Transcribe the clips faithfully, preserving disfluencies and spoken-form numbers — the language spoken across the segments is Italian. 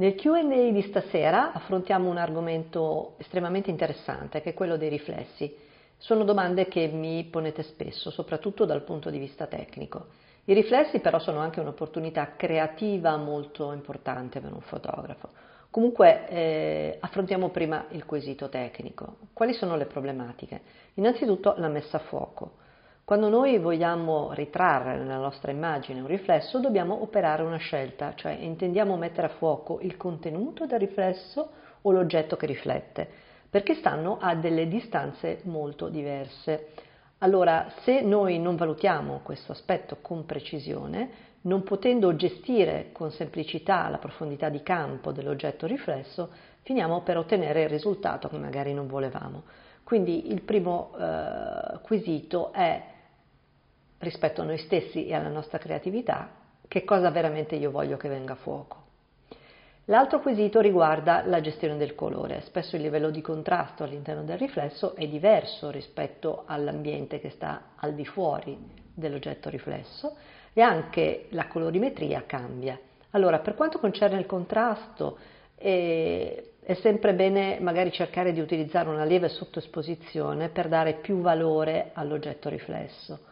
Nel Q and A di stasera affrontiamo un argomento estremamente interessante, che è quello dei riflessi. Sono domande che mi ponete spesso, soprattutto dal punto di vista tecnico. I riflessi però sono anche un'opportunità creativa molto importante per un fotografo. Comunque eh, affrontiamo prima il quesito tecnico. Quali sono le problematiche? Innanzitutto la messa a fuoco. Quando noi vogliamo ritrarre nella nostra immagine un riflesso, dobbiamo operare una scelta, cioè intendiamo mettere a fuoco il contenuto del riflesso o l'oggetto che riflette, perché stanno a delle distanze molto diverse. Allora, se noi non valutiamo questo aspetto con precisione, non potendo gestire con semplicità la profondità di campo dell'oggetto riflesso, finiamo per ottenere il risultato che magari non volevamo. Quindi il primo eh, quesito è, rispetto a noi stessi e alla nostra creatività, che cosa veramente io voglio che venga a fuoco. L'altro quesito riguarda la gestione del colore. Spesso il livello di contrasto all'interno del riflesso è diverso rispetto all'ambiente che sta al di fuori dell'oggetto riflesso e anche la colorimetria cambia. Allora, per quanto concerne il contrasto, eh, è sempre bene magari cercare di utilizzare una lieve sottoesposizione per dare più valore all'oggetto riflesso.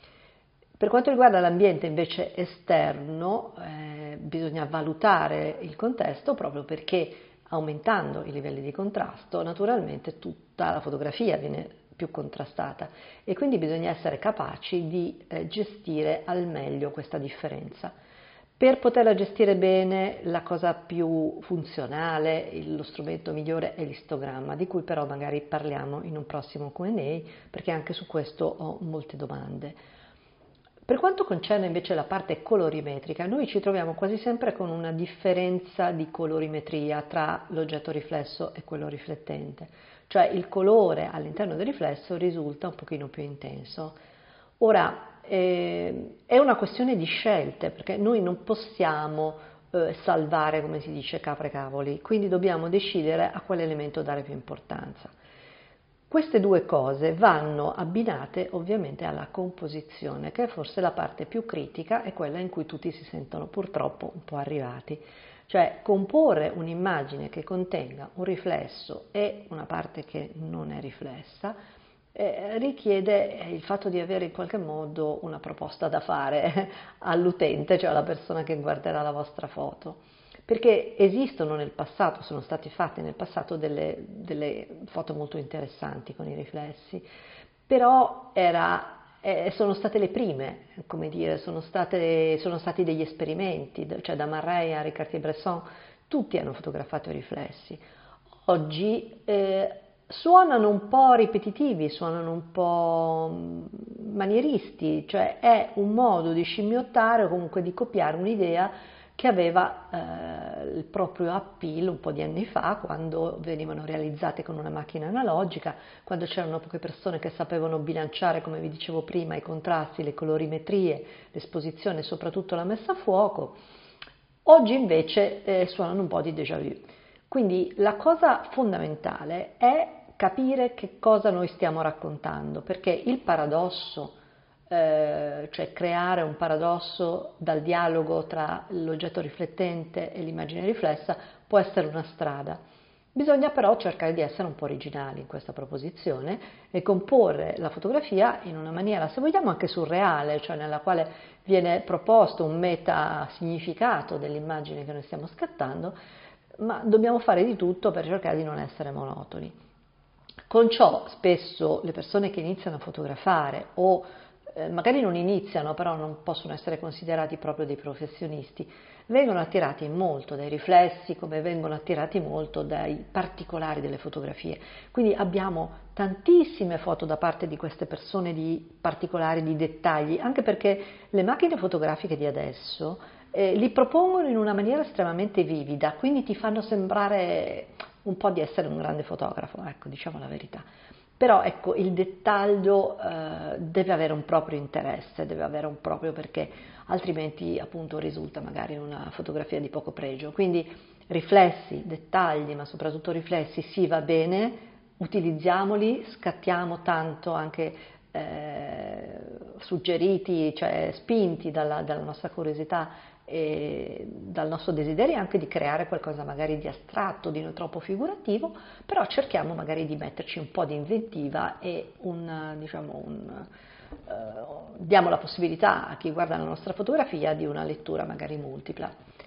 Per quanto riguarda l'ambiente invece esterno, eh, bisogna valutare il contesto proprio perché aumentando i livelli di contrasto naturalmente tutta la fotografia viene più contrastata e quindi bisogna essere capaci di eh, gestire al meglio questa differenza. Per poterla gestire bene, la cosa più funzionale, lo strumento migliore è l'istogramma, di cui però magari parliamo in un prossimo Q and A perché anche su questo ho molte domande. Per quanto concerne invece la parte colorimetrica, noi ci troviamo quasi sempre con una differenza di colorimetria tra l'oggetto riflesso e quello riflettente, cioè il colore all'interno del riflesso risulta un pochino più intenso. Ora, eh, è una questione di scelte, perché noi non possiamo eh, salvare, come si dice, capre e cavoli, quindi dobbiamo decidere a quale elemento dare più importanza. Queste due cose vanno abbinate ovviamente alla composizione, che è forse la parte più critica e quella in cui tutti si sentono purtroppo un po' arrivati. Cioè comporre un'immagine che contenga un riflesso e una parte che non è riflessa eh, richiede il fatto di avere in qualche modo una proposta da fare all'utente, cioè alla persona che guarderà la vostra foto. Perché esistono nel passato, sono state fatte nel passato delle, delle foto molto interessanti con i riflessi, però era, eh, sono state le prime, come dire, sono, state, sono stati degli esperimenti, cioè da Marray a Henri Cartier-Bresson, tutti hanno fotografato i riflessi. Oggi eh, suonano un po' ripetitivi, suonano un po' manieristi, cioè è un modo di scimmiottare o comunque di copiare un'idea che aveva eh, il proprio appeal un po' di anni fa, quando venivano realizzate con una macchina analogica, quando c'erano poche persone che sapevano bilanciare, come vi dicevo prima, i contrasti, le colorimetrie, l'esposizione e soprattutto la messa a fuoco. Oggi invece eh, suonano un po' di déjà vu. Quindi la cosa fondamentale è capire che cosa noi stiamo raccontando, perché il paradosso, Eh, cioè creare un paradosso dal dialogo tra l'oggetto riflettente e l'immagine riflessa può essere una strada. Bisogna però cercare di essere un po' originali in questa proposizione e comporre la fotografia in una maniera, se vogliamo, anche surreale, cioè nella quale viene proposto un meta significato dell'immagine che noi stiamo scattando, ma dobbiamo fare di tutto per cercare di non essere monotoni. Con ciò spesso le persone che iniziano a fotografare o magari non iniziano, però non possono essere considerati proprio dei professionisti, vengono attirati molto dai riflessi, come vengono attirati molto dai particolari delle fotografie. Quindi abbiamo tantissime foto da parte di queste persone di particolari, di dettagli, anche perché le macchine fotografiche di adesso eh, li propongono in una maniera estremamente vivida, quindi ti fanno sembrare un po' di essere un grande fotografo, ecco, diciamo la verità. Però ecco, il dettaglio eh, deve avere un proprio interesse, deve avere un proprio perché altrimenti appunto risulta magari una fotografia di poco pregio. Quindi riflessi, dettagli, ma soprattutto riflessi, sì, va bene, utilizziamoli, scattiamo tanto anche eh, suggeriti, cioè spinti dalla, dalla nostra curiosità e dal nostro desiderio anche di creare qualcosa magari di astratto, di non troppo figurativo, però cerchiamo magari di metterci un po' di inventiva e un, diciamo, un, eh, diamo la possibilità a chi guarda la nostra fotografia di una lettura magari multipla.